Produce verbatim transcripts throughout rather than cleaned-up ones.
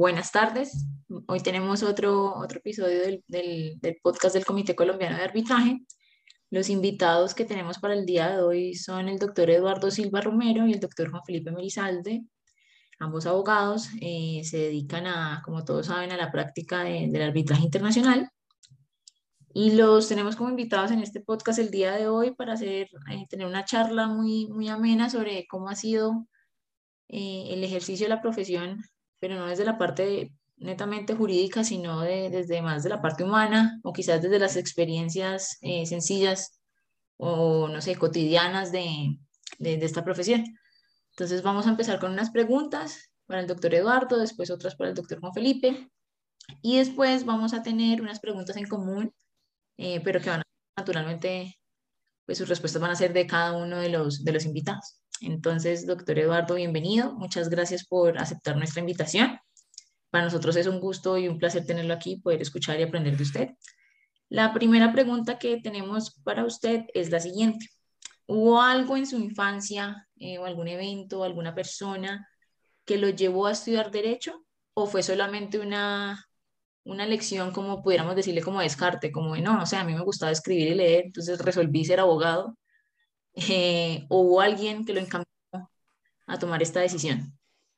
buenas tardes. Hoy tenemos otro, otro episodio del, del- del podcast del Comité Colombiano de Arbitraje. Los invitados que tenemos para el día de hoy son el doctor Eduardo Silva Romero y el doctor Juan Felipe Merizalde, ambos abogados. Eh, se dedican a, como todos saben, a la práctica de- del arbitraje internacional. Y los tenemos como invitados en este podcast el día de hoy para hacer, eh, tener una charla muy, muy amena sobre cómo ha sido eh, el ejercicio de la profesión, pero no desde la parte netamente jurídica, sino de- desde más de la parte humana o quizás desde las experiencias eh, sencillas o, no sé, cotidianas de, de, de esta profesión. Entonces vamos a empezar con unas preguntas para el doctor Eduardo, después otras para el doctor Juan Felipe y después vamos a tener unas preguntas en común, eh, pero que van a, naturalmente, pues sus respuestas van a ser de cada uno de los, de los invitados. Entonces, doctor Eduardo, bienvenido. Muchas gracias por aceptar nuestra invitación. Para nosotros es un gusto y un placer tenerlo aquí, poder escuchar y aprender de usted. La primera pregunta que tenemos para usted es la siguiente. ¿Hubo algo en su infancia eh, o algún evento, alguna persona que lo llevó a estudiar derecho o fue solamente una, una lección, como pudiéramos decirle, como descarte, como de no, o sea, a mí me gustaba escribir y leer, entonces resolví ser abogado? Eh, ¿o hubo alguien que lo encaminó a tomar esta decisión?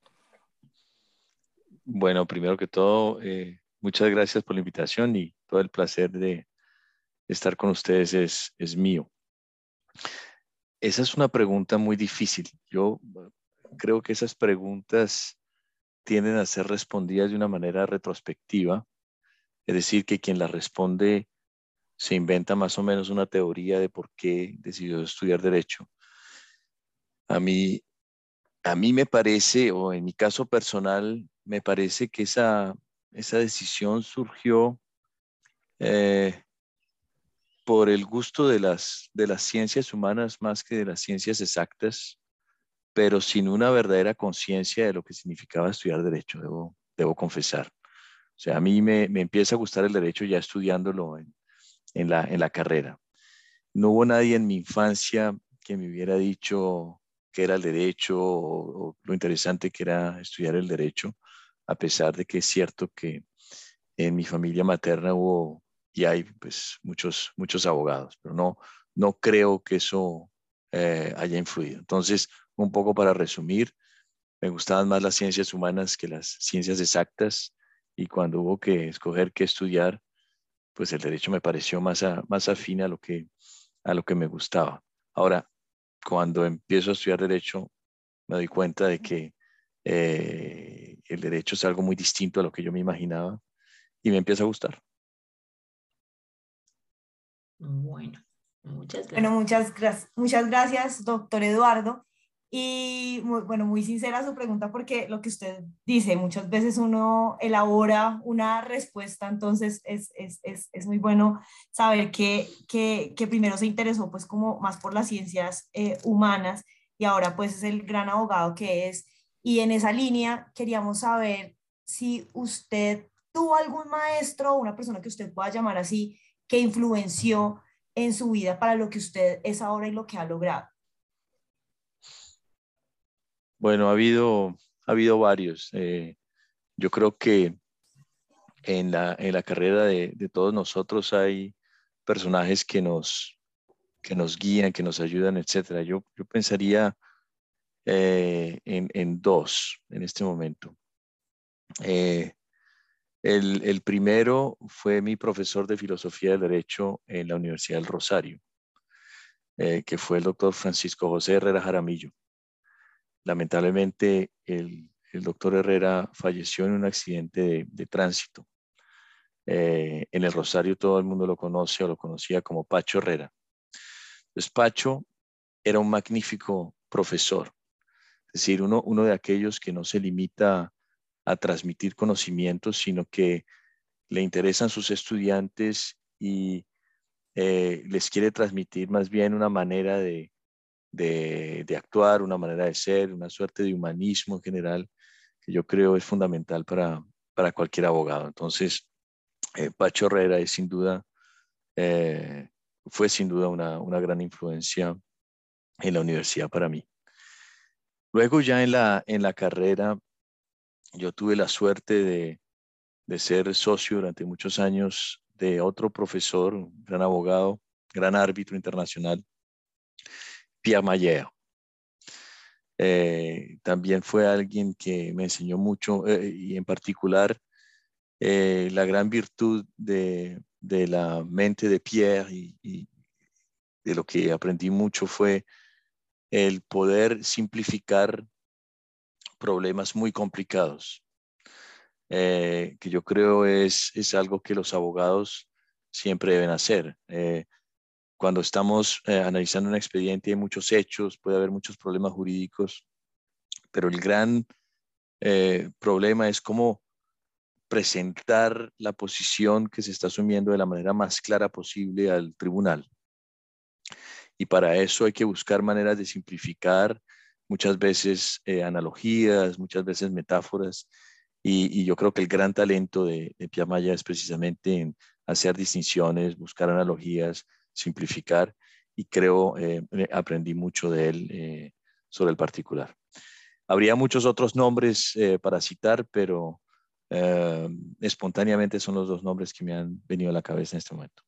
Bueno, primero que todo, eh, muchas gracias por la invitación y todo el placer de estar con ustedes es, es mío. Esa es una pregunta muy difícil. Yo eh, creo que esas preguntas tienden a ser respondidas de una manera retrospectiva, es decir, que quien las responde se inventa más o menos una teoría de por qué decidió estudiar derecho. A mí, a mí me parece, o en mi caso personal, me parece que esa, esa decisión surgió eh, por el gusto de las, de las ciencias humanas más que de las ciencias exactas, pero sin una verdadera conciencia de lo que significaba estudiar derecho, debo, debo confesar. O sea, a mí me, me empieza a gustar el derecho ya estudiándolo en, en la, en la carrera. No hubo nadie en mi infancia que me hubiera dicho qué era el derecho o, o lo interesante que era estudiar el derecho, a pesar de que es cierto que en mi familia materna hubo y hay pues muchos, muchos abogados, pero no, no creo que eso eh, haya influido. Entonces, un poco para resumir, me gustaban más las ciencias humanas que las ciencias exactas y cuando hubo que escoger qué estudiar, pues el derecho me pareció más, a, más afín a lo que, a lo que me gustaba. Ahora, cuando empiezo a estudiar derecho, me doy cuenta de que eh, el derecho es algo muy distinto a lo que yo me imaginaba y me empieza a gustar. Bueno, muchas Bueno, gracias. muchas gracias, muchas gracias, doctor Eduardo. Y muy, bueno, muy sincera su pregunta porque lo que usted dice, muchas veces uno elabora una respuesta, entonces es, es, es, es muy bueno saber que, que, que primero se interesó pues como más por las ciencias eh, humanas y ahora pues es el gran abogado que es. Y en esa línea queríamos saber si usted tuvo algún maestro o una persona que usted pueda llamar así que influenció en su vida para lo que usted es ahora y lo que ha logrado. Bueno, ha habido, ha habido varios. Eh, yo creo que en la, en la carrera de, de todos nosotros hay personajes que nos, que nos guían, que nos ayudan, etcétera. Yo, yo pensaría eh, en, en dos en este momento. Eh, el, el primero fue mi profesor de filosofía del derecho en la Universidad del Rosario, eh, que fue el doctor Francisco José Herrera Jaramillo. Lamentablemente, el, el doctor Herrera falleció en un accidente de, de tránsito. Eh, en el Rosario todo el mundo lo conoce o lo conocía como Pacho Herrera. Entonces, Pacho era un magnífico profesor, es decir, uno, uno de aquellos que no se limita a transmitir conocimientos, sino que le interesan sus estudiantes y eh, les quiere transmitir más bien una manera de, de, de actuar, una manera de ser, una suerte de humanismo en general, que yo creo es fundamental para, para cualquier abogado. Entonces, eh, Pacho Herrera es sin duda, eh, fue sin duda una, una gran influencia en la universidad para mí. Luego ya en la, en la carrera yo tuve la suerte de, de ser socio durante muchos años de otro profesor, un gran abogado, gran árbitro internacional, Pierre Mayer. Eh, también fue alguien que me enseñó mucho eh, y en particular eh, la gran virtud de, de la mente de Pierre y, y de lo que aprendí mucho fue el poder simplificar problemas muy complicados, eh, que yo creo es, es algo que los abogados siempre deben hacer. Eh, cuando estamos eh, analizando un expediente hay muchos hechos, puede haber muchos problemas jurídicos, pero el gran eh, problema es cómo presentar la posición que se está asumiendo de la manera más clara posible al tribunal. Y para eso hay que buscar maneras de simplificar, muchas veces eh, analogías, muchas veces metáforas. Y, y, yo creo que el gran talento de, de Pierre Mayer es precisamente en hacer distinciones, buscar analogías, simplificar. Y creo, eh, aprendí mucho de él eh, sobre el particular. Habría muchos otros nombres eh, para citar, pero eh, espontáneamente son los dos nombres que me han venido a la cabeza en este momento.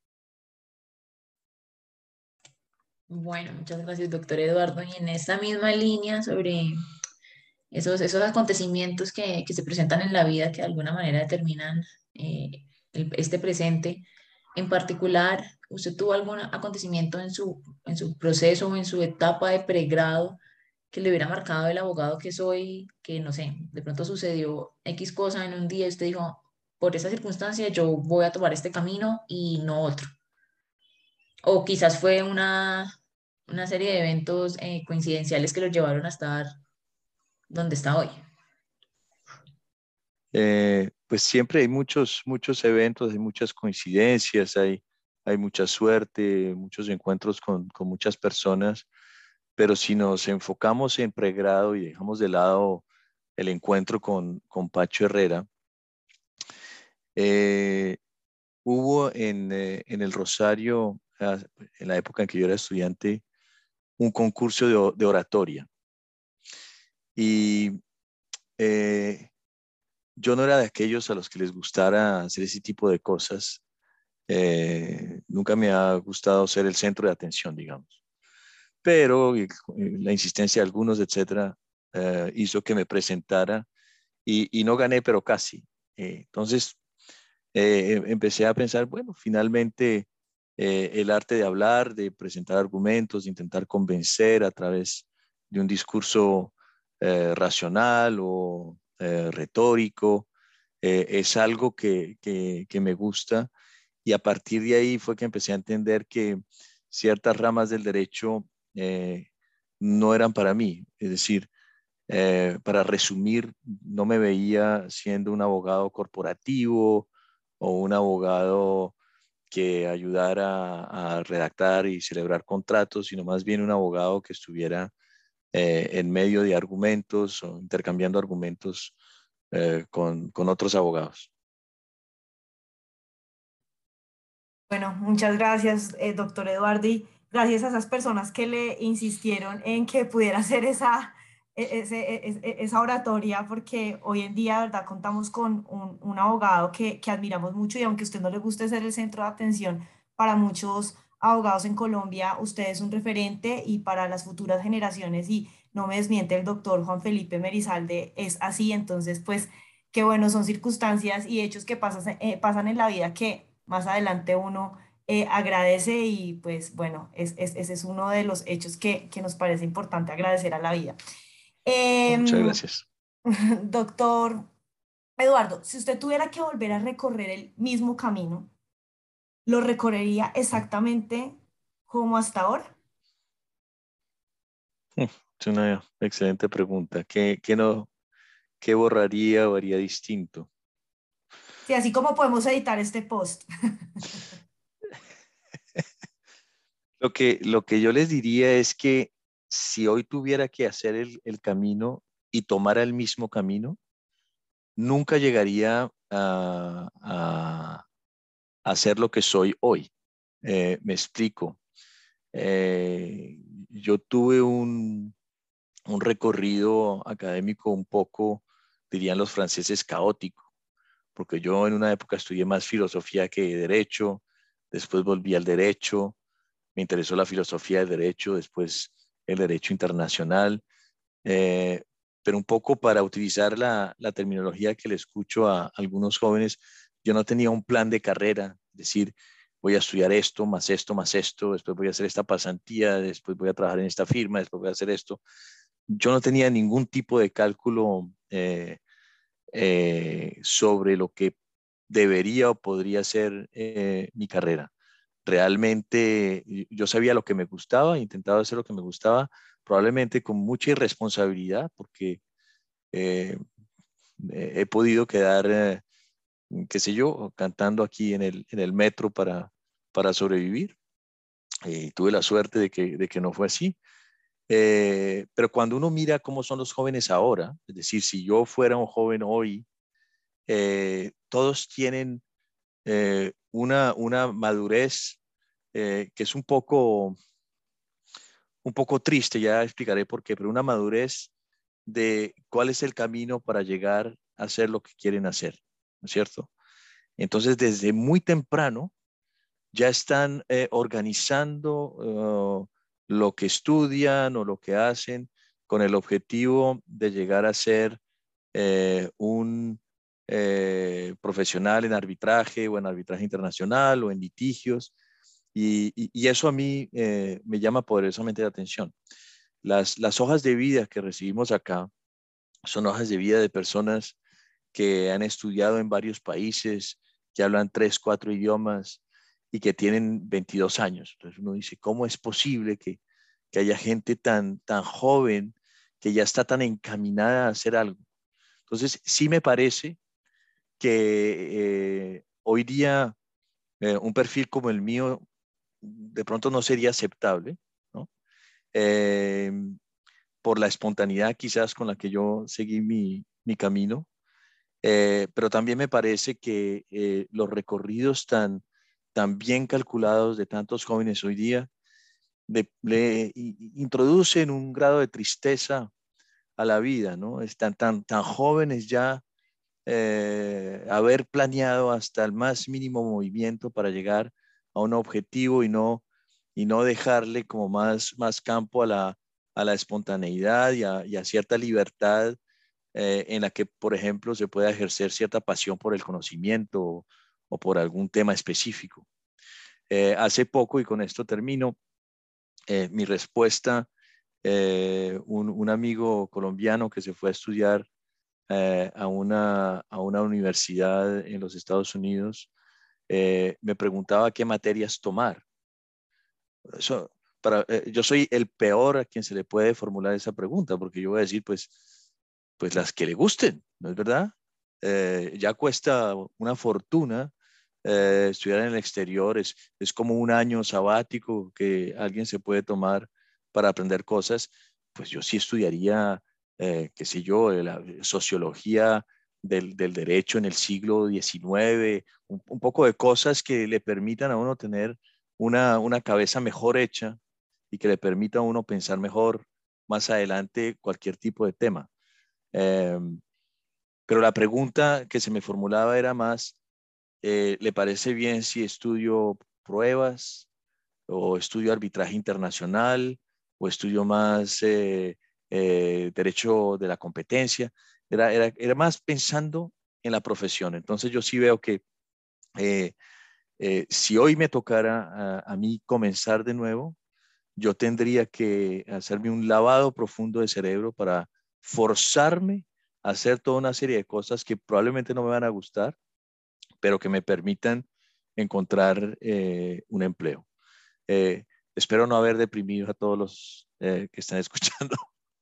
Bueno, muchas gracias, doctor Eduardo. Y en esta misma línea sobre esos, esos acontecimientos que, que se presentan en la vida que de alguna manera determinan eh, el- este presente, en particular, ¿usted tuvo algún acontecimiento en su, en su proceso o en su etapa de pregrado que le hubiera marcado el abogado que soy, que no sé, de pronto sucedió X cosa en un día y usted dijo, por esa circunstancia yo voy a tomar este camino y no otro? O quizás fue una, una serie de eventos eh, coincidenciales que lo llevaron a estar donde está hoy. Eh, pues siempre hay muchos, muchos eventos, hay muchas coincidencias, hay, hay mucha suerte, muchos encuentros con, con muchas personas, pero si nos enfocamos en pregrado y dejamos de lado el encuentro con, con Pacho Herrera, eh, hubo en, eh, en el Rosario, ah, en la época en que yo era estudiante, un concurso de, o- de oratoria. Y eh, yo no era de aquellos a los que les gustara hacer ese tipo de cosas. Eh, nunca me ha gustado ser el centro de atención, digamos. Pero eh, la insistencia de algunos, etcétera, eh, hizo que me presentara y, y no gané, pero casi. Eh, entonces eh, empecé a pensar, bueno, finalmente eh, el arte de hablar, de presentar argumentos, de intentar convencer a través de un discurso eh, racional o eh, retórico, eh, es algo que, que, que me gusta. Y a partir de ahí fue que empecé a entender que ciertas ramas del derecho eh, no eran para mí. Es decir, eh, para resumir, no me veía siendo un abogado corporativo o un abogado que ayudara a redactar y celebrar contratos, sino más bien un abogado que estuviera eh, en medio de argumentos o intercambiando argumentos eh, con, con otros abogados. Bueno, muchas gracias, eh, doctor Eduardo, y gracias a esas personas que le insistieron en que pudiera hacer esa, e- ese- e- e- e, esa oratoria, porque hoy en día, ¿verdad? Contamos con un, un abogado que, que admiramos mucho y aunque a usted no le guste ser el centro de atención para muchos abogados en Colombia, usted es un referente y para las futuras generaciones, y no me desmiente el doctor Juan Felipe Merizalde, es así. Entonces, pues, qué bueno, son circunstancias y hechos que pasan, eh, pasan en la vida que más adelante uno eh, agradece, y pues bueno, es, es- ese es uno de los hechos que, que nos parece importante agradecer a la vida. Muchas Em, gracias. doctor Eduardo, si usted tuviera que volver a recorrer el mismo camino, ¿lo recorrería exactamente como hasta ahora? Es una excelente pregunta. ¿Qué, qué no, qué borraría o haría distinto? Sí, así como podemos editar este post. Lo que, lo que yo les diría es que si hoy tuviera que hacer el, el camino y tomara el mismo camino, nunca llegaría a, a, a ser lo que soy hoy. Eh, me explico. Eh, yo tuve un, un recorrido académico un poco dirían los franceses, caótico, porque yo en una época estudié más filosofía que derecho, después volví al derecho, me interesó la filosofía del derecho, después el derecho internacional, eh, pero un poco para utilizar la, la terminología que le escucho a algunos jóvenes, yo no tenía un plan de carrera, es decir, voy a estudiar esto, más esto, más esto, después voy a hacer esta pasantía, después voy a trabajar en esta firma, después voy a hacer esto. Yo no tenía ningún tipo de cálculo eh, eh, sobre lo que debería o podría ser eh, mi carrera. Realmente yo sabía lo que me gustaba, intentaba hacer lo que me gustaba, probablemente con mucha irresponsabilidad, porque eh, he podido quedar, eh, qué sé yo, cantando aquí en el, en el metro para, para sobrevivir. Y tuve la suerte de que, de que no fue así. Eh, pero cuando uno mira cómo son los jóvenes ahora, es decir, si yo fuera un joven hoy, eh, todos tienen eh, una, una madurez eh, que es un poco, un poco triste, ya explicaré por qué, pero una madurez de cuál es el camino para llegar a hacer lo que quieren hacer, ¿no es cierto? Entonces, desde muy temprano ya están eh, organizando uh, lo que estudian o lo que hacen con el objetivo de llegar a ser eh, un eh, profesional en arbitraje o en arbitraje internacional o en litigios. Y, y, y eso a mí eh, me llama poderosamente la atención. Las, las hojas de vida que recibimos acá son hojas de vida de personas que han estudiado en varios países, que hablan tres, cuatro idiomas y que tienen veintidós años. Entonces uno dice, ¿cómo es posible que, que haya gente tan, tan joven que ya está tan encaminada a hacer algo? Entonces sí me parece que eh, hoy día eh, un perfil como el mío de pronto no sería aceptable, ¿no? Eh, por la espontaneidad quizás con la que yo seguí mi, mi camino. Eh, pero también me parece que eh, los recorridos tan, tan bien calculados de tantos jóvenes hoy día le, le introducen un grado de tristeza a la vida, ¿no? Están tan, tan jóvenes ya, eh, haber planeado hasta el más mínimo movimiento para llegar a un objetivo y no, y no dejarle como más, más campo a la, a la espontaneidad y a, y a cierta libertad eh, en la que, por ejemplo, se pueda ejercer cierta pasión por el conocimiento o, o por algún tema específico. Eh, hace poco, y con esto termino, eh, mi respuesta, eh, un, un, amigo colombiano que se fue a estudiar eh, a, una, a una universidad en los Estados Unidos, eh, me preguntaba qué materias tomar. Eso, para, eh, yo soy el peor a quien se le puede formular esa pregunta, porque yo voy a decir, pues, pues las que le gusten, ¿no es verdad? Eh, ya cuesta una fortuna eh, estudiar en el exterior, es, es como un año sabático que alguien se puede tomar para aprender cosas. Pues yo sí estudiaría, eh, qué sé yo, la sociología del, del derecho en el siglo diecinueve, un, un poco de cosas que le permitan a uno tener una, una cabeza mejor hecha y que le permita a uno pensar mejor más adelante cualquier tipo de tema. Eh, pero la pregunta que se me formulaba era más, eh, ¿le parece bien si estudio pruebas o estudio arbitraje internacional o estudio más eh, eh, derecho de la competencia? Era, era, era más pensando en la profesión. Entonces yo sí veo que eh, eh, si hoy me tocara a, a mí comenzar de nuevo, yo tendría que hacerme un lavado profundo de cerebro para forzarme a hacer toda una serie de cosas que probablemente no me van a gustar, pero que me permitan encontrar eh, un empleo. Eh, espero no haber deprimido a todos los eh, que están escuchando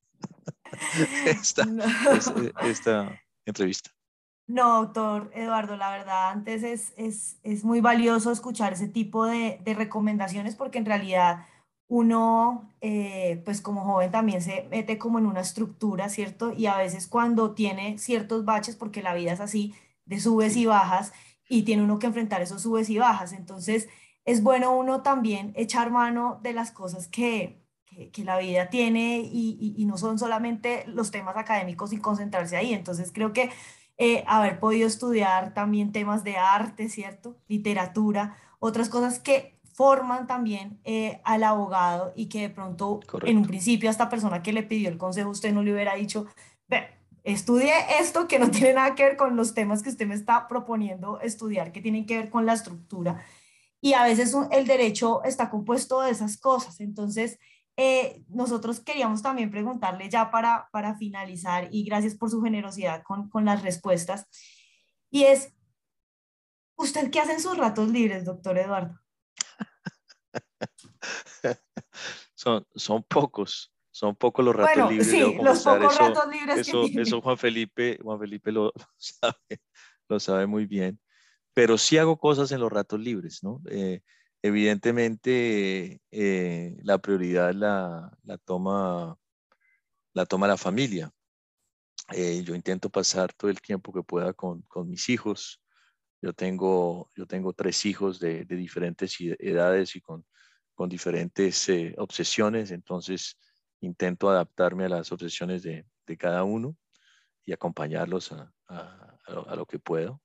esta, No. esta, esta entrevista. No, doctor Eduardo, la verdad, antes es, es, es muy valioso escuchar ese tipo de, de recomendaciones porque en realidad uno, eh, pues como joven también se mete como en una estructura, ¿cierto? Y a veces cuando tiene ciertos baches, porque la vida es así, de subes y Sí, bajas, y tiene uno que enfrentar esos subes y bajas. Entonces, es bueno uno también echar mano de las cosas que que, que la vida tiene y, y, y no son solamente los temas académicos y concentrarse ahí. Entonces creo que eh, haber podido estudiar también temas de arte, ¿cierto? Literatura, otras cosas que forman también eh, al abogado y que de pronto en un Correcto. principio a esta persona que le pidió el consejo usted no le hubiera dicho, ve, estudie esto que no tiene nada que ver con los temas que usted me está proponiendo estudiar, que tienen que ver con la estructura. Y a veces un- el derecho está compuesto de esas cosas. Entonces, eh, nosotros queríamos también preguntarle ya para, para finalizar, y gracias por su generosidad con, con las respuestas, y es, ¿usted qué hace en sus ratos libres, doctor Eduardo? Son, son pocos, son pocos los ratos Bueno, libres, debo sí, los confesar. pocos Eso, ratos libres que eso, eso tiene. Juan Felipe, Juan Felipe lo, lo sabe, lo sabe muy bien. Pero sí hago cosas en los ratos libres, ¿no? Eh, evidentemente, eh, la prioridad la, la toma, la toma la familia. Eh, yo intento pasar todo el tiempo que pueda con, con mis hijos. Yo tengo, yo tengo tres hijos de, de diferentes i- edades y con, con diferentes eh, obsesiones, entonces intento adaptarme a las obsesiones de, de cada uno y acompañarlos a, a- a lo, a lo que puedo.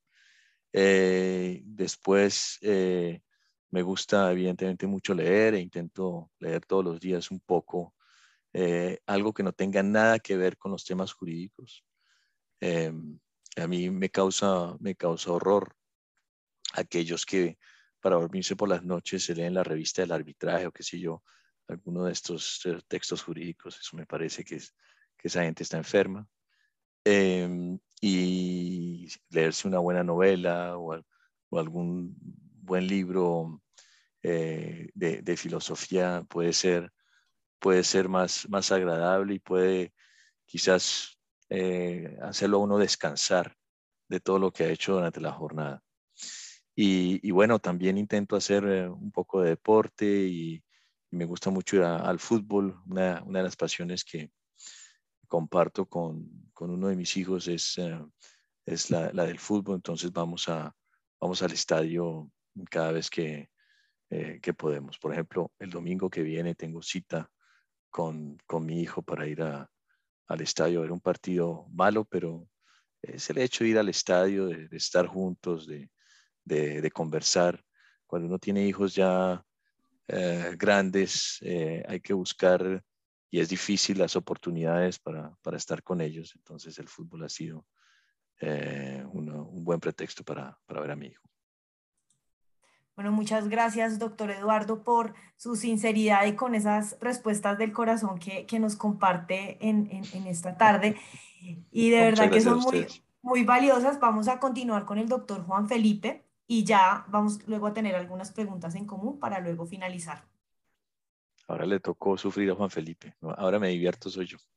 Eh, después, eh, me gusta evidentemente mucho leer e intento leer todos los días un poco, eh, algo que no tenga nada que ver con los temas jurídicos. Eh, a mí me causa, me causa horror aquellos que para dormirse por las noches se leen la revista del arbitraje o qué sé yo, alguno de estos eh, textos jurídicos. Eso me parece que, es, que esa gente está enferma. Eh, y leerse una buena novela o, al- o algún buen libro eh, de, de filosofía puede ser, puede ser más, más agradable y puede quizás eh, hacerlo a uno descansar de todo lo que ha hecho durante la jornada. Y, y bueno, también intento hacer eh, un poco de deporte y, y me gusta mucho ir a- al fútbol. Una, una de las pasiones que comparto con, con uno de mis hijos es, eh, es la, la del fútbol. Entonces vamos, a, vamos al estadio cada vez que, eh, que podemos. Por ejemplo, el domingo que viene tengo cita con, con mi hijo para ir a, al estadio a ver un partido malo, pero es el hecho de ir al estadio, de, de estar juntos, de, de, de, conversar. Cuando uno tiene hijos ya eh, grandes, eh, hay que buscar y es difícil las oportunidades para, para estar con ellos. Entonces el fútbol ha sido eh, uno, un buen pretexto para, para ver a mi hijo. Bueno, muchas gracias, doctor Eduardo, por su sinceridad y con esas respuestas del corazón que, que nos comparte en, en, en esta tarde. Y de No, muchas verdad que gracias a son muy, ustedes. muy valiosas. Vamos a continuar con el doctor Juan Felipe y ya vamos luego a tener algunas preguntas en común para luego finalizar. Ahora le tocó sufrir a Juan Felipe. Ahora me divierto, soy yo.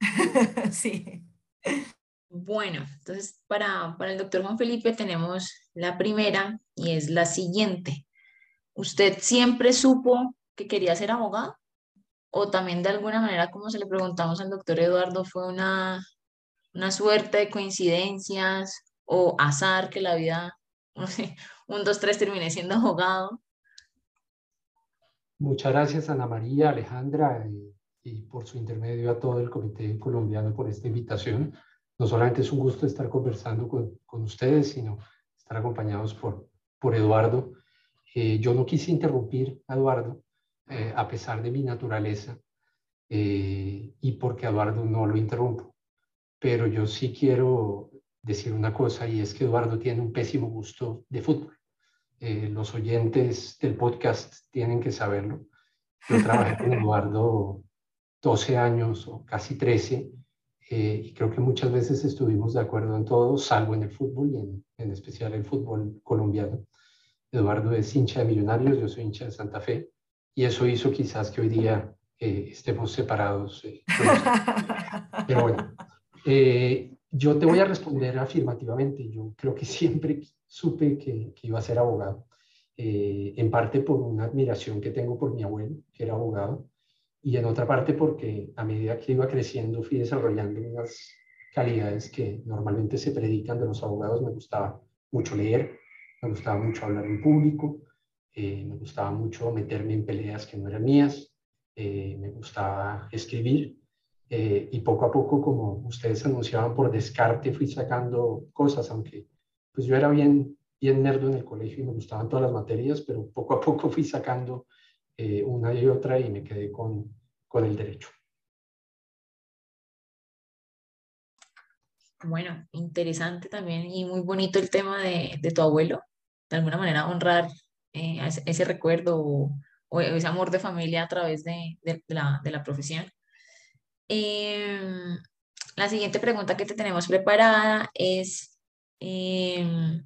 Sí. Bueno, entonces para, para el doctor Juan Felipe tenemos la primera y es la siguiente. ¿Usted siempre supo que quería ser abogado? ¿O también de alguna manera, como se le preguntamos al doctor Eduardo, fue una, una suerte de coincidencias o azar que la vida, no sé, un, dos, tres, terminé siendo abogado? Muchas gracias, Ana María, Alejandra, y, y por su intermedio a todo el Comité Colombiano por esta invitación. No solamente es un gusto estar conversando con, con ustedes, sino estar acompañados por, por Eduardo. Eh, yo no quise interrumpir a Eduardo, eh, a pesar de mi naturaleza, eh, y porque a Eduardo no lo interrumpo. Pero yo sí quiero decir una cosa, y es que Eduardo tiene un pésimo gusto de fútbol. Eh, los oyentes del podcast tienen que saberlo. Yo trabajé con Eduardo doce años o casi trece, eh, y creo que muchas veces estuvimos de acuerdo en todo, salvo en el fútbol y en, en especial el fútbol colombiano. Eduardo es hincha de Millonarios, yo soy hincha de Santa Fe, y eso hizo quizás que hoy día eh, estemos separados eh, con usted. Pero bueno, eh, yo te voy a responder afirmativamente. Yo creo que siempre supe que, que iba a ser abogado, eh, en parte por una admiración que tengo por mi abuelo, que era abogado, y en otra parte porque a medida que iba creciendo fui desarrollando unas calidades que normalmente se predican de los abogados. Me gustaba mucho leer, me gustaba mucho hablar en público, eh, me gustaba mucho meterme en peleas que no eran mías, eh, me gustaba escribir, eh, y poco a poco, como ustedes anunciaban, por descarte fui sacando cosas, aunque pues yo era bien, bien nerdo en el colegio y me gustaban todas las materias, pero poco a poco fui sacando eh, una y otra y me quedé con, con el derecho. Bueno, interesante también y muy bonito el tema de, de tu abuelo. De alguna manera honrar eh, ese, ese recuerdo o, o ese amor de familia a través de, de- de la, de la profesión. Em, la siguiente pregunta que te tenemos preparada es, em,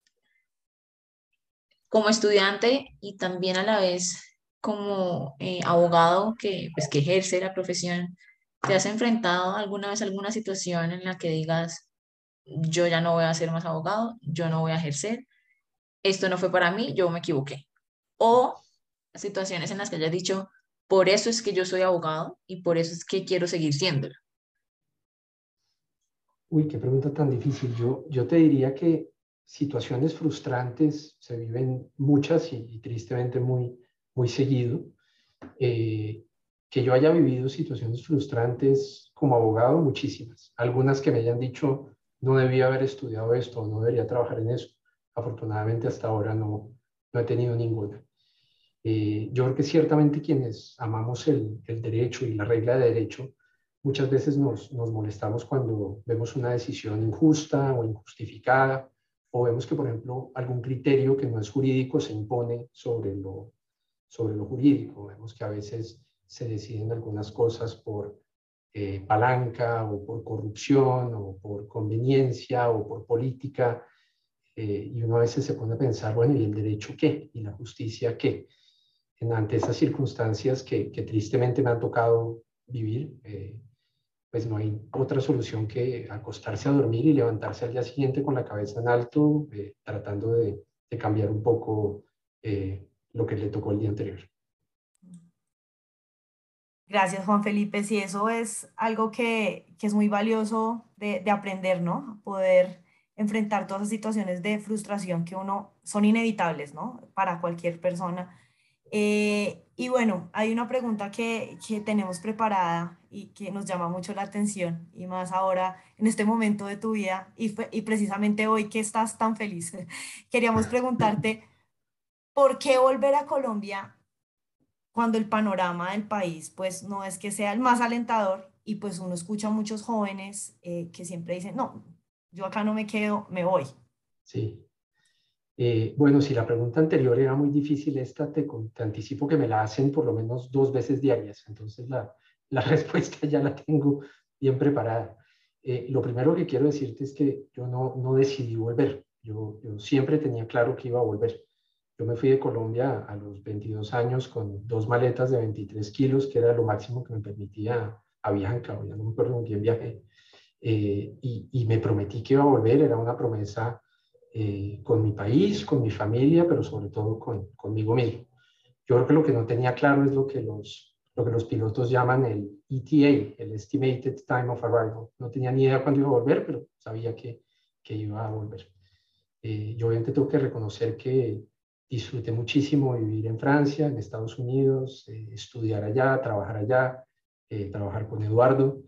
como estudiante y también a la vez como eh, abogado que, pues, que ejerce la profesión, ¿te has enfrentado alguna vez a alguna situación en la que digas, yo ya no voy a ser más abogado, yo no voy a ejercer, esto no fue para mí, yo me equivoqué? O situaciones en las que hayas dicho, por eso es que yo soy abogado y por eso es que quiero seguir siéndolo. Uy, qué pregunta tan difícil. Yo, yo te diría que situaciones frustrantes se viven muchas y, y tristemente muy, muy seguido. Eh, que yo haya vivido situaciones frustrantes como abogado, muchísimas. Algunas que me hayan dicho, no debía haber estudiado esto, no debería trabajar en eso. Afortunadamente hasta ahora no, no he tenido ninguna. Eh, yo creo que ciertamente quienes amamos el, el derecho y la regla de derecho, muchas veces nos, nos molestamos cuando vemos una decisión injusta o injustificada, o vemos que, por ejemplo, algún criterio que no es jurídico se impone sobre lo, sobre lo jurídico. Vemos que a veces se deciden algunas cosas por eh, palanca o por corrupción o por conveniencia o por política, eh, y uno a veces se pone a pensar, bueno, ¿y el derecho qué? ¿Y la justicia qué? En, ante esas circunstancias que, que tristemente me han tocado vivir, eh, pues no hay otra solución que acostarse a dormir y levantarse al día siguiente con la cabeza en alto, eh, tratando de, de, cambiar un poco eh, lo que le tocó el día anterior. Gracias, Juan Felipe. Sí, eso es algo que, que es muy valioso de, de aprender, ¿no? Poder enfrentar todas las situaciones de frustración que uno son inevitables, ¿no? Para cualquier persona. Eh, y bueno, hay una pregunta que, que tenemos preparada y que nos llama mucho la atención, y más ahora en este momento de tu vida y, fue- y precisamente hoy que estás tan feliz. Queríamos preguntarte, ¿por qué volver a Colombia cuando el panorama del país pues no es que sea el más alentador? Y pues uno escucha a muchos jóvenes eh, que siempre dicen, no, yo acá no me quedo, me voy. Sí. Eh, bueno, si la pregunta anterior era muy difícil, esta te, te anticipo que me la hacen por lo menos dos veces diarias, entonces la, la respuesta ya la tengo bien preparada. Eh, lo primero que quiero decirte es que yo no, no decidí volver, yo, yo siempre tenía claro que iba a volver. Yo me fui de Colombia a los veintidós años con dos maletas de veintitrés kilos, que era lo máximo que me permitía Avianca, o ya no me acuerdo con quién viajé, eh, y, y me prometí que iba a volver, era una promesa eh, con mi país, con mi familia, pero sobre todo con, conmigo mismo. Yo creo que lo que no tenía claro es lo que los, lo que los pilotos llaman el E T A, el Estimated Time of Arrival. No tenía ni idea cuándo iba a volver, pero sabía que, que iba a volver. Eh, yo obviamente tengo que reconocer que disfruté muchísimo vivir en Francia, en Estados Unidos, eh, estudiar allá, trabajar allá, eh, trabajar con Eduardo.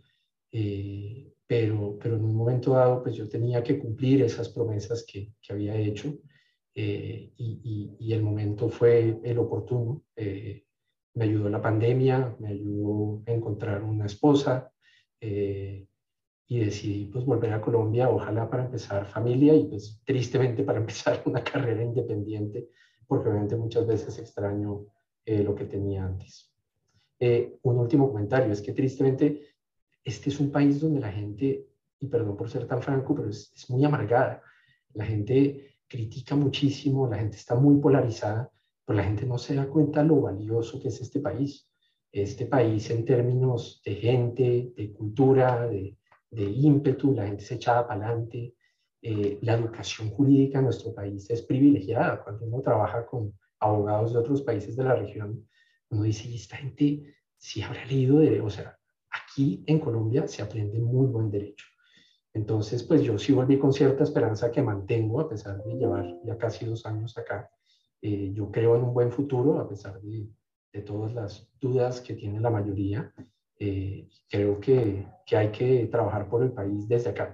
Eh, pero, pero en un momento dado, pues yo tenía que cumplir esas promesas que, que había hecho, eh, y, y, y, el momento fue el oportuno. Eh, me ayudó la pandemia, me ayudó a encontrar una esposa, eh, y decidí pues volver a Colombia, ojalá para empezar familia y pues tristemente para empezar una carrera independiente, porque obviamente muchas veces extraño eh, lo que tenía antes. Eh, un último comentario, es que tristemente este es un país donde la gente, y perdón por ser tan franco, pero es, es muy amargada. La gente critica muchísimo, la gente está muy polarizada, pero la gente no se da cuenta lo valioso que es este país. Este país en términos de gente, de cultura, de, de ímpetu, la gente se echaba para adelante. Eh, la educación jurídica en nuestro país es privilegiada. Cuando uno trabaja con abogados de otros países de la región, uno dice, ¿y esta gente sí habrá leído de, o sea, aquí en Colombia se aprende muy buen derecho? Entonces, pues yo sí volví con cierta esperanza que mantengo, a pesar de llevar ya casi dos años acá. Eh, yo creo en un buen futuro, a pesar de, de todas las dudas que tiene la mayoría. Eh, creo que, que hay que trabajar por el país desde acá.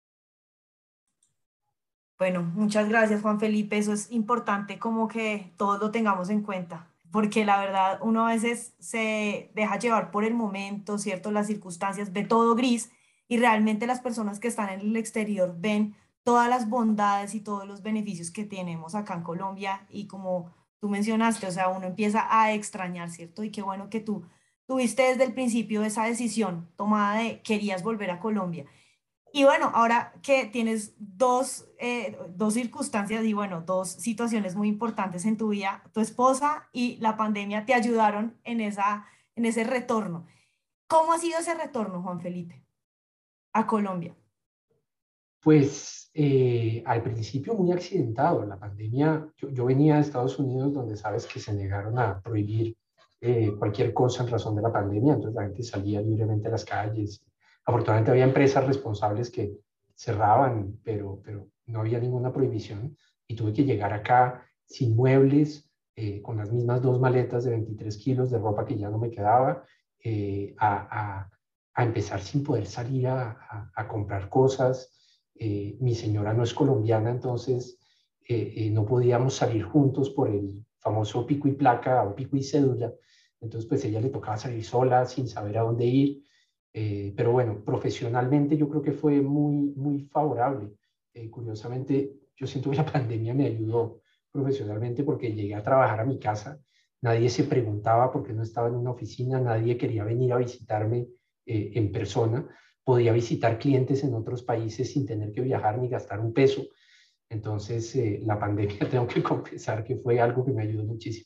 Bueno, muchas gracias, Juan Felipe. Eso es importante como que todos lo tengamos en cuenta, porque la verdad uno a veces se deja llevar por el momento, ¿cierto? Las circunstancias, ve todo gris y realmente las personas que están en el exterior ven todas las bondades y todos los beneficios que tenemos acá en Colombia y como tú mencionaste, o sea, uno empieza a extrañar, ¿cierto? Y qué bueno que tú tuviste desde el principio esa decisión tomada de querías volver a Colombia. Y bueno, ahora que tienes dos, eh, dos circunstancias y bueno, dos situaciones muy importantes en tu vida, tu esposa y la pandemia te ayudaron en, esa, en ese retorno. ¿Cómo ha sido ese retorno, Juan Felipe, a Colombia? Pues eh, al principio muy accidentado. La pandemia, yo, yo venía de Estados Unidos donde sabes que se negaron a prohibir eh, cualquier cosa en razón de la pandemia, entonces la gente salía libremente a las calles. Afortunadamente había empresas responsables que cerraban, pero, pero no había ninguna prohibición y tuve que llegar acá sin muebles, eh, con las mismas dos maletas de veintitrés kilos de ropa que ya no me quedaba, eh, a, a, a empezar sin poder salir a, a, a comprar cosas. Eh, mi señora no es colombiana, entonces eh, eh, no podíamos salir juntos por el famoso pico y placa o pico y cédula. Entonces, pues ella le tocaba salir sola sin saber a dónde ir. Eh, pero bueno, profesionalmente yo creo que fue muy, muy favorable. Eh, curiosamente, yo siento que la pandemia me ayudó profesionalmente porque llegué a trabajar a mi casa. Nadie se preguntaba por qué no estaba en una oficina, nadie quería venir a visitarme eh, en persona. Podía visitar clientes en otros países sin tener que viajar ni gastar un peso. Entonces, eh, la pandemia, tengo que confesar que fue algo que me ayudó muchísimo.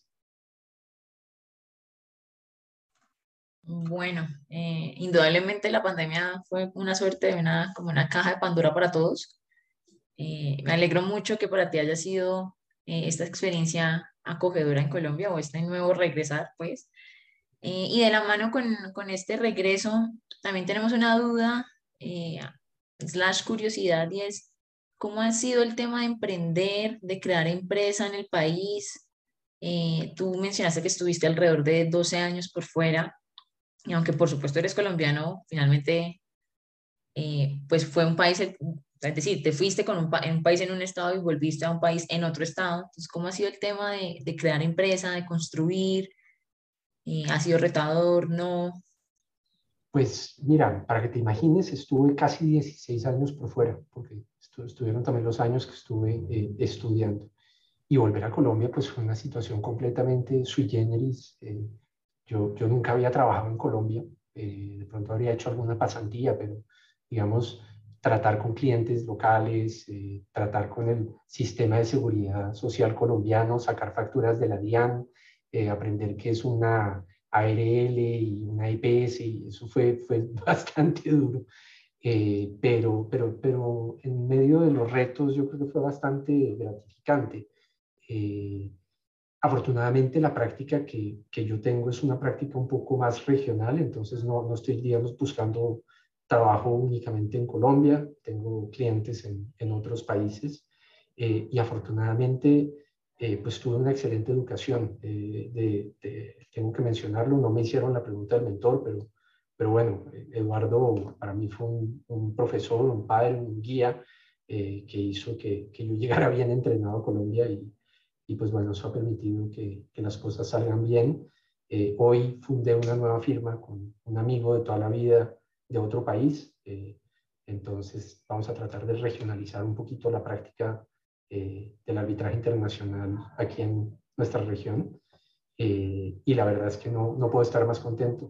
Bueno, eh, indudablemente la pandemia fue una suerte de una, como una caja de Pandora para todos. Eh, me alegro mucho que para ti haya sido eh, esta experiencia acogedora en Colombia o este nuevo regresar, pues. Eh, y de la mano con, con este regreso, también tenemos una duda, eh, slash curiosidad, y es, ¿cómo ha sido el tema de emprender, de crear empresa en el país? Eh, tú mencionaste que estuviste alrededor de doce años por fuera, y aunque por supuesto eres colombiano, finalmente, eh, pues fue un país, es decir, te fuiste con un, pa- en un país en un estado y volviste a un país en otro estado. Entonces, ¿cómo ha sido el tema de, de crear empresa, de construir? Eh, ¿ha sido retador? ¿No? Pues mira, para que te imagines, estuve casi dieciséis años por fuera, porque estu estuvieron también los años que estuve eh, estudiando. Y volver a Colombia, pues fue una situación completamente sui generis. Eh, yo, yo nunca había trabajado en Colombia, eh, de pronto habría hecho alguna pasantía, pero digamos, tratar con clientes locales, eh, tratar con el sistema de seguridad social colombiano, sacar facturas de la DIAN, eh, aprender qué es una A R L y una I P S, y eso fue, fue bastante duro. Eh, pero, pero, pero en medio de los retos yo creo que fue bastante gratificante. Eh, Afortunadamente la práctica que, que, yo tengo es una práctica un poco más regional, entonces no, no estoy, digamos, buscando trabajo únicamente en Colombia, tengo clientes en, en otros países eh, y afortunadamente eh, pues tuve una excelente educación. Eh, de, de, tengo que mencionarlo, no me hicieron la pregunta del mentor, pero, pero bueno, Eduardo para mí fue un, un profesor, un padre, un guía eh, que hizo que, que yo llegara bien entrenado a Colombia y y pues bueno, eso ha permitido que, que las cosas salgan bien. Eh, hoy fundé una nueva firma con un amigo de toda la vida de otro país, eh, entonces vamos a tratar de regionalizar un poquito la práctica eh, del arbitraje internacional aquí en nuestra región eh, y la verdad es que no, no puedo estar más contento.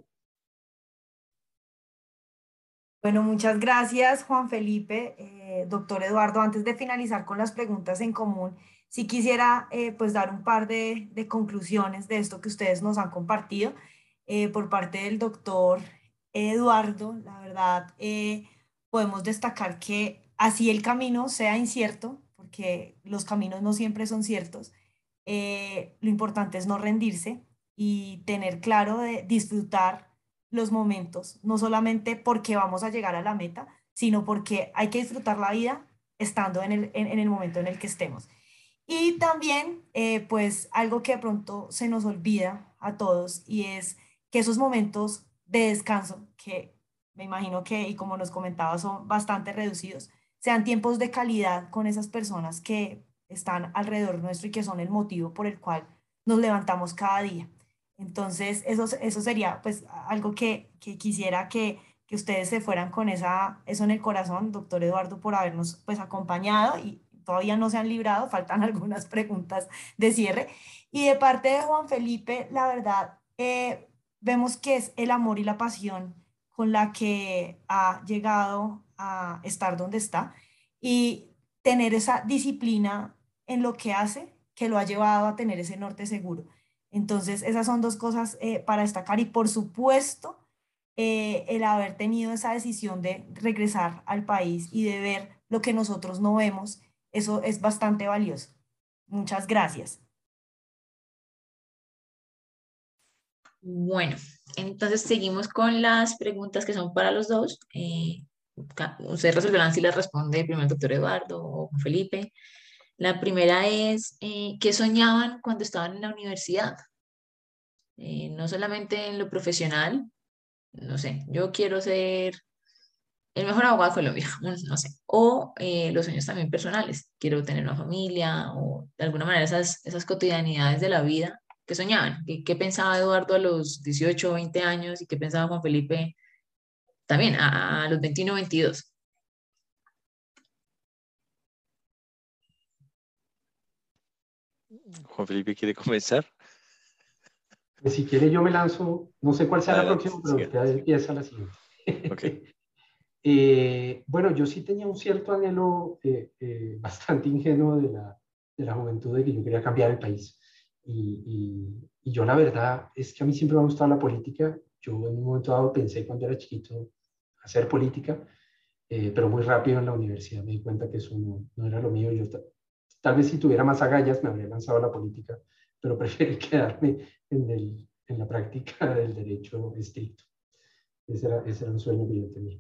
Bueno, muchas gracias, Juan Felipe. Eh, doctor Eduardo, antes de finalizar con las preguntas en común, sí quisiera eh, pues dar un par de, de conclusiones de esto que ustedes nos han compartido. Eh, por parte del doctor Eduardo, la verdad, eh, podemos destacar que así el camino sea incierto, porque los caminos no siempre son ciertos, eh, lo importante es no rendirse y tener claro de disfrutar los momentos, no solamente porque vamos a llegar a la meta, sino porque hay que disfrutar la vida estando en el, en, en el momento en el que estemos. Y también, eh, pues, algo que de pronto se nos olvida a todos y es que esos momentos de descanso, que me imagino que, y como nos comentaba, son bastante reducidos, sean tiempos de calidad con esas personas que están alrededor nuestro y que son el motivo por el cual nos levantamos cada día. Entonces, eso, eso sería pues algo que, que quisiera que, que ustedes se fueran con esa, eso en el corazón, doctor Eduardo, por habernos pues acompañado y todavía no se han librado, faltan algunas preguntas de cierre. Y de parte de Juan Felipe, la verdad, eh, vemos que es el amor y la pasión con la que ha llegado a estar donde está y tener esa disciplina en lo que hace que lo ha llevado a tener ese norte seguro. Entonces, esas son dos cosas eh, para destacar y por supuesto, eh, el haber tenido esa decisión de regresar al país y de ver lo que nosotros no vemos, eso es bastante valioso. Muchas gracias. Bueno, entonces seguimos con las preguntas que son para los dos. Eh, ca- ustedes resolverán si las responde primero el doctor Eduardo o Juan Felipe. La primera es, eh, ¿qué soñaban cuando estaban en la universidad? Eh, no solamente en lo profesional, no sé, yo quiero ser el mejor abogado de Colombia, no sé, o eh, los sueños también personales, quiero tener una familia o de alguna manera esas, esas cotidianidades de la vida que soñaban. ¿Qué, qué pensaba Eduardo a los dieciocho o veinte años y qué pensaba Juan Felipe también a, a los veintiuno o veintidós? Juan Felipe quiere comenzar. Pues si quiere yo me lanzo, no sé cuál sea la Adelante, próxima, pero siga. usted empieza la siguiente. Ok. Eh, bueno, yo sí tenía un cierto anhelo eh, eh, bastante ingenuo de la, de la juventud de que yo quería cambiar el país. Y, y, y yo la verdad es que a mí siempre me ha gustado la política. Yo en un momento dado pensé cuando era chiquito hacer política, eh, pero muy rápido en la universidad me di cuenta que eso no, no era lo mío. Yo ta- tal vez si tuviera más agallas me habría lanzado a la política, pero preferí quedarme en, el, en la práctica del derecho estricto. Ese era, ese era un sueño que yo tenía.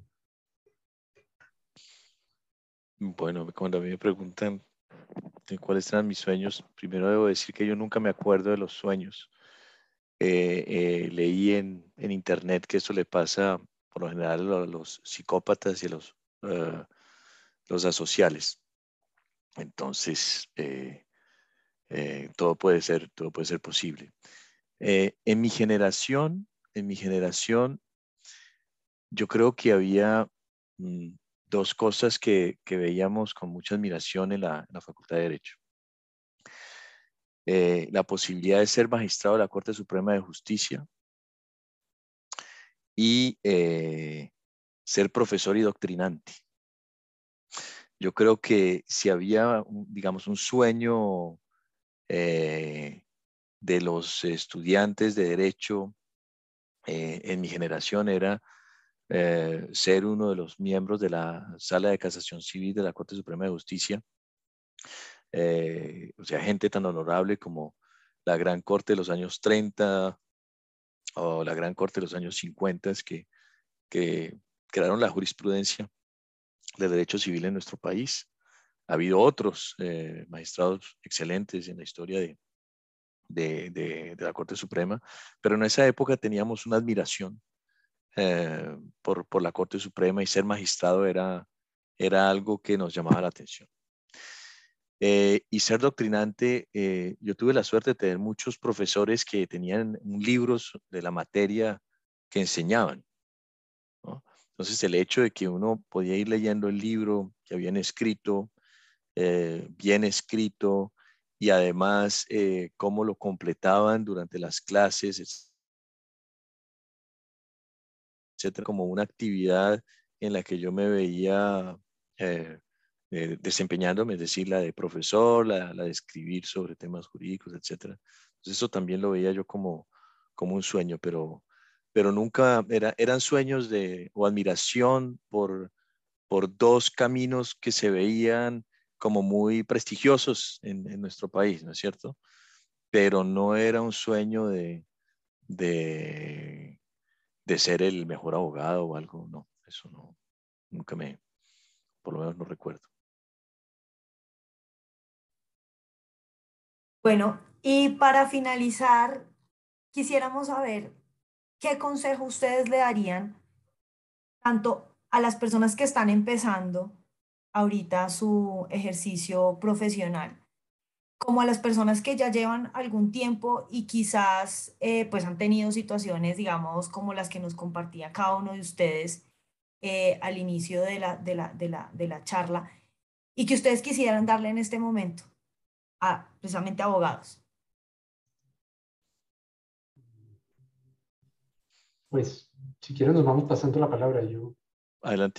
Bueno, cuando a mí me preguntan de cuáles eran mis sueños, primero debo decir que yo nunca me acuerdo de los sueños. Eh, eh, leí en, en internet que eso le pasa por lo general a los psicópatas y a los, eh, los asociales. Entonces, eh, eh, todo puede ser, todo puede ser posible. Eh, en mi generación, en mi generación, yo creo que había mm, dos cosas que, que veíamos con mucha admiración en la, en la Facultad de Derecho. Eh, la posibilidad de ser magistrado de la Corte Suprema de Justicia y eh, ser profesor y doctrinante. Yo creo que si había, un- digamos, un sueño eh, de los estudiantes de derecho eh, en mi generación era eh, ser uno de los miembros de la Sala de Casación Civil de la Corte Suprema de Justicia, eh, o sea, gente tan honorable como la Gran Corte de los años treinta o la Gran Corte de los años cincuenta que, que crearon la jurisprudencia del derecho civil en nuestro país. Ha habido otros eh, magistrados excelentes en la historia de, de, de, de, la Corte Suprema, pero en esa época teníamos una admiración eh, por, por la Corte Suprema y ser magistrado era, era algo que nos llamaba la atención. Eh, y ser doctrinante, eh, yo tuve la suerte de tener muchos profesores que tenían libros de la materia que enseñaban, ¿no? Entonces el hecho de que uno podía ir leyendo el libro que habían escrito, eh, bien escrito, y además eh, cómo lo completaban durante las clases, etcétera, como una actividad en la que yo me veía eh, eh, desempeñándome, es decir, la de profesor, la, la de escribir sobre temas jurídicos, etcétera. Entonces eso también lo veía yo como, como un sueño, pero, pero nunca era, eran sueños de, o admiración por, por dos caminos que se veían como muy prestigiosos en, en nuestro país, ¿no es cierto? Pero no era un sueño de, de de ser el mejor abogado o algo, no, eso no, nunca me, por lo menos no recuerdo. Bueno, y para finalizar, quisiéramos saber qué consejo ustedes le darían tanto a las personas que están empezando ahorita su ejercicio profesional, como a las personas que ya llevan algún tiempo y quizás eh, pues han tenido situaciones, digamos, como las que nos compartía cada uno de ustedes eh, al inicio de la, de la, de la, de la charla y que ustedes quisieran darle en este momento a precisamente abogados. Pues, si quieren nos vamos pasando la palabra. Yo, Adelante.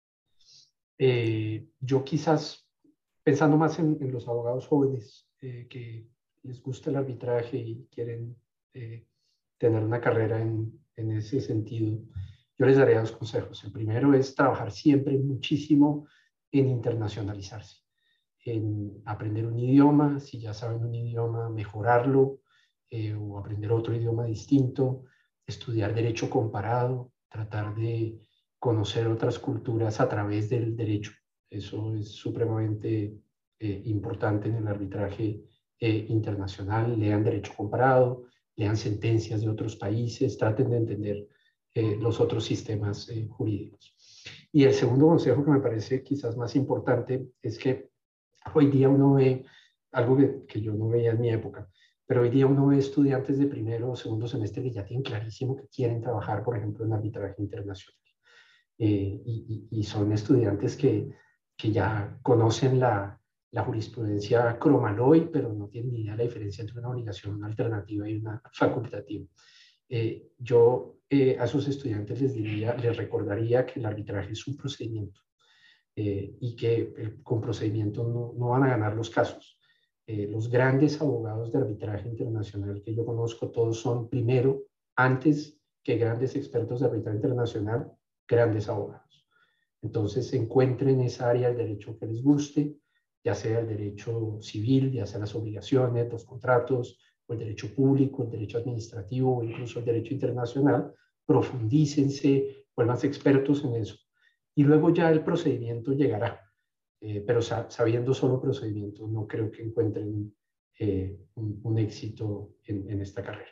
eh, yo quizás, pensando más en, en los abogados jóvenes eh, que les gusta el arbitraje y quieren eh, tener una carrera en, en ese sentido, yo les daría dos consejos. El primero es trabajar siempre muchísimo en internacionalizarse, en aprender un idioma, si ya saben un idioma, mejorarlo, eh, o aprender otro idioma distinto, estudiar derecho comparado, tratar de conocer otras culturas a través del derecho. Eso es supremamente eh, importante en el arbitraje eh, internacional. Lean derecho comparado, lean sentencias de otros países, traten de entender eh, los otros sistemas eh, jurídicos. Y el segundo consejo que me parece quizás más importante es que hoy día uno ve algo que, que yo no veía en mi época, pero hoy día uno ve estudiantes de primero o segundo semestre que ya tienen clarísimo que quieren trabajar, por ejemplo, en arbitraje internacional. Eh, y, y, son estudiantes que, que ya conocen la, la jurisprudencia Cromaloy, pero no tienen ni idea de la diferencia entre una obligación, una alternativa y una facultativa. Eh, yo eh, a esos estudiantes les diría, les recordaría que el arbitraje es un procedimiento eh, y que eh, con procedimiento no, no van a ganar los casos. Eh, los grandes abogados de arbitraje internacional que yo conozco, todos son primero, antes que grandes expertos de arbitraje internacional, grandes abogados. Entonces, encuentren esa área del derecho que les guste, ya sea el derecho civil, ya sea las obligaciones, los contratos, o el derecho público, el derecho administrativo, o incluso el derecho internacional, profundícense, vuelvan expertos en eso. Y luego ya el procedimiento llegará, eh, pero sabiendo solo procedimientos, no creo que encuentren eh, un, un, éxito en, en esta carrera.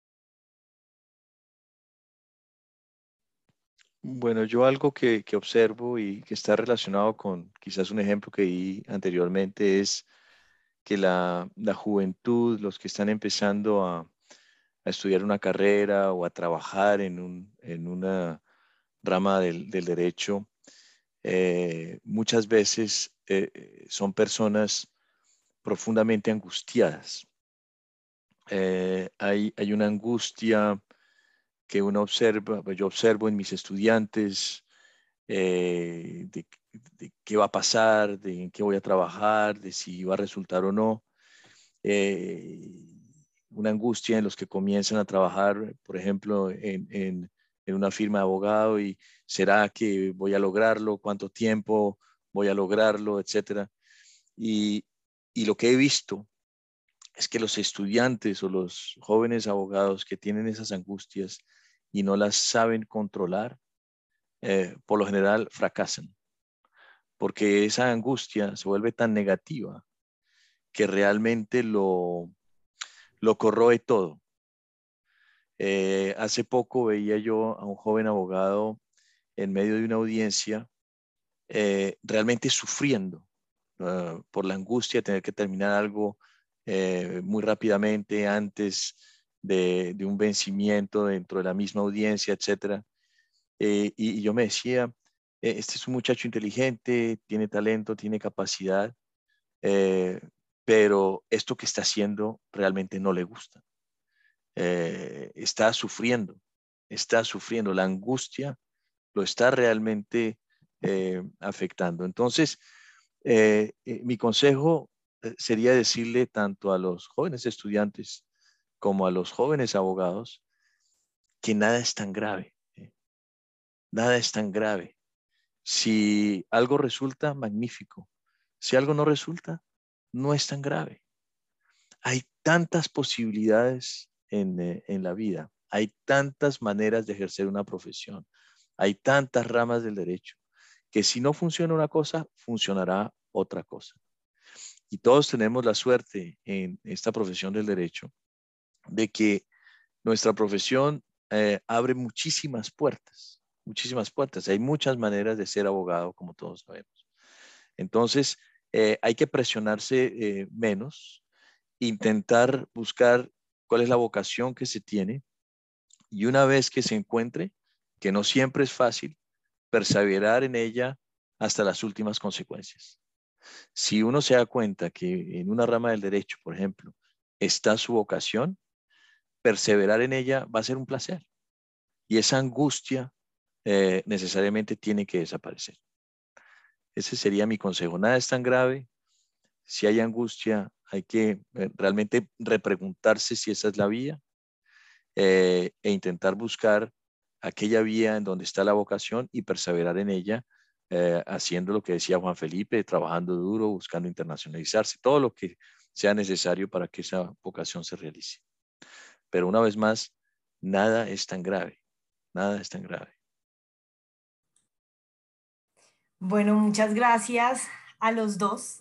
Bueno, yo algo que, que observo y que está relacionado con quizás un ejemplo que di anteriormente es que la, la juventud, los que están empezando a, a estudiar una carrera o a trabajar en, un, en una rama del, del derecho, eh, muchas veces eh, son personas profundamente angustiadas. Eh, hay, hay una angustia que uno observa, yo observo en mis estudiantes, eh, de, de qué va a pasar, de en qué voy a trabajar, de si va a resultar o no. Eh, una angustia en los que comienzan a trabajar, por ejemplo, en, en, en una firma de abogado y ¿será que voy a lograrlo? ¿Cuánto tiempo voy a lograrlo? Etcétera. Y, y lo que he visto es que los estudiantes o los jóvenes abogados que tienen esas angustias y no las saben controlar, eh, por lo general fracasan, porque esa angustia se vuelve tan negativa que realmente lo, lo corroe todo. Eh, hace poco veía yo a un joven abogado en medio de una audiencia eh, realmente sufriendo uh, por la angustia de tener que terminar algo eh, muy rápidamente antes de, de, un vencimiento dentro de la misma audiencia, etcétera. Eh, y, y yo me decía, eh, este es un muchacho inteligente, tiene talento, tiene capacidad, eh, pero esto que está haciendo realmente no le gusta. Eh, está sufriendo, está sufriendo, la angustia lo está realmente eh, afectando. Entonces, eh, eh, mi consejo eh, sería decirle tanto a los jóvenes estudiantes como a los jóvenes abogados que nada es tan grave, eh, nada es tan grave. Si algo resulta, magnífico. Si algo no resulta, no es tan grave. Hay tantas posibilidades en, eh, en la vida. Hay tantas maneras de ejercer una profesión. Hay tantas ramas del derecho que si no funciona una cosa, funcionará otra cosa. Y todos tenemos la suerte en esta profesión del derecho de que nuestra profesión eh, abre muchísimas puertas, muchísimas puertas. Hay muchas maneras de ser abogado, como todos sabemos. Entonces, eh, hay que presionarse eh, menos, intentar buscar cuál es la vocación que se tiene y una vez que se encuentre, que no siempre es fácil, perseverar en ella hasta las últimas consecuencias. Si uno se da cuenta que en una rama del derecho, por ejemplo, está su vocación, perseverar en ella va a ser un placer. Y esa angustia eh, necesariamente tiene que desaparecer. Ese sería mi consejo. Nada es tan grave. Si hay angustia, hay que eh, realmente repreguntarse si esa es la vía eh, e intentar buscar aquella vía en donde está la vocación y perseverar en ella, eh, haciendo lo que decía Juan Felipe, trabajando duro, buscando internacionalizarse, todo lo que sea necesario para que esa vocación se realice. Pero una vez más, nada es tan grave, nada es tan grave. Bueno, muchas gracias a los dos,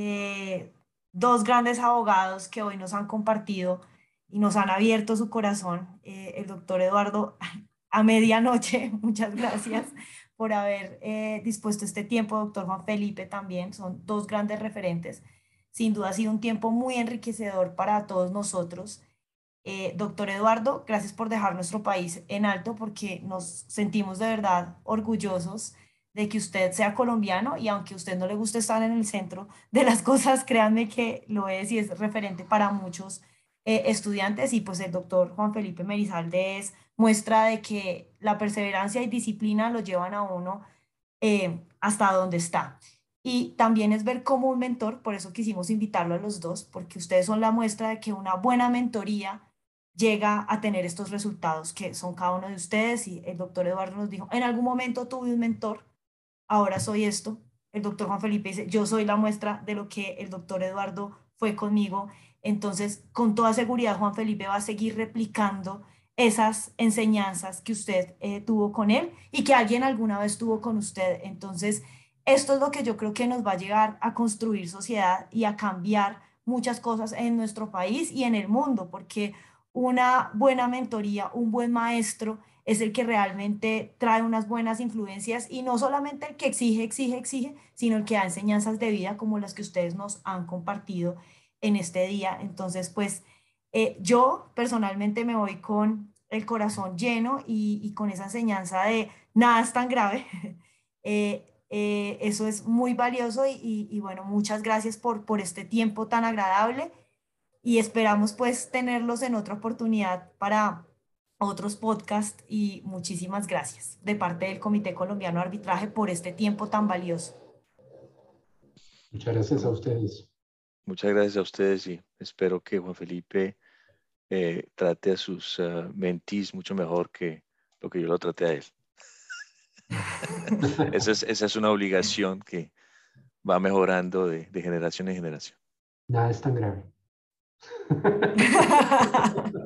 eh, dos grandes abogados que hoy nos han compartido y nos han abierto su corazón. Eh, el doctor Eduardo, a medianoche, muchas gracias por haber eh, dispuesto este tiempo. Doctor Juan Felipe también, son dos grandes referentes. Sin duda ha sido un tiempo muy enriquecedor para todos nosotros. Eh, doctor Eduardo, gracias por dejar nuestro país en alto porque nos sentimos de verdad orgullosos de que usted sea colombiano y aunque a usted no le guste estar en el centro de las cosas, créanme que lo es y es referente para muchos eh, estudiantes y pues el doctor Juan Felipe Merizalde es muestra de que la perseverancia y disciplina lo llevan a uno eh, hasta donde está. Y también es ver cómo un mentor, por eso quisimos invitarlo a los dos, porque ustedes son la muestra de que una buena mentoría llega a tener estos resultados que son cada uno de ustedes. Y el doctor Eduardo nos dijo, en algún momento tuve un mentor, ahora soy esto. El doctor Juan Felipe dice, yo soy la muestra de lo que el doctor Eduardo fue conmigo. Entonces, con toda seguridad, Juan Felipe va a seguir replicando esas enseñanzas que usted eh, tuvo con él y que alguien alguna vez tuvo con usted. Entonces, esto es lo que yo creo que nos va a llegar a construir sociedad y a cambiar muchas cosas en nuestro país y en el mundo, porque una buena mentoría, un buen maestro es el que realmente trae unas buenas influencias y no solamente el que exige, exige, exige, sino el que da enseñanzas de vida como las que ustedes nos han compartido en este día. Entonces, pues eh, yo personalmente me voy con el corazón lleno y, y con esa enseñanza de nada es tan grave. eh, eh, eso es muy valioso y, y, y bueno, muchas gracias por, por este tiempo tan agradable y esperamos pues tenerlos en otra oportunidad para otros podcasts y muchísimas gracias de parte del Comité Colombiano de Arbitraje por este tiempo tan valioso. Muchas gracias a ustedes. Muchas gracias a ustedes y espero que Juan Felipe eh, trate a sus uh, mentees mucho mejor que lo que yo lo traté a él. esa, es, esa es una obligación que va mejorando de, de generación en generación. Nada es tan grave.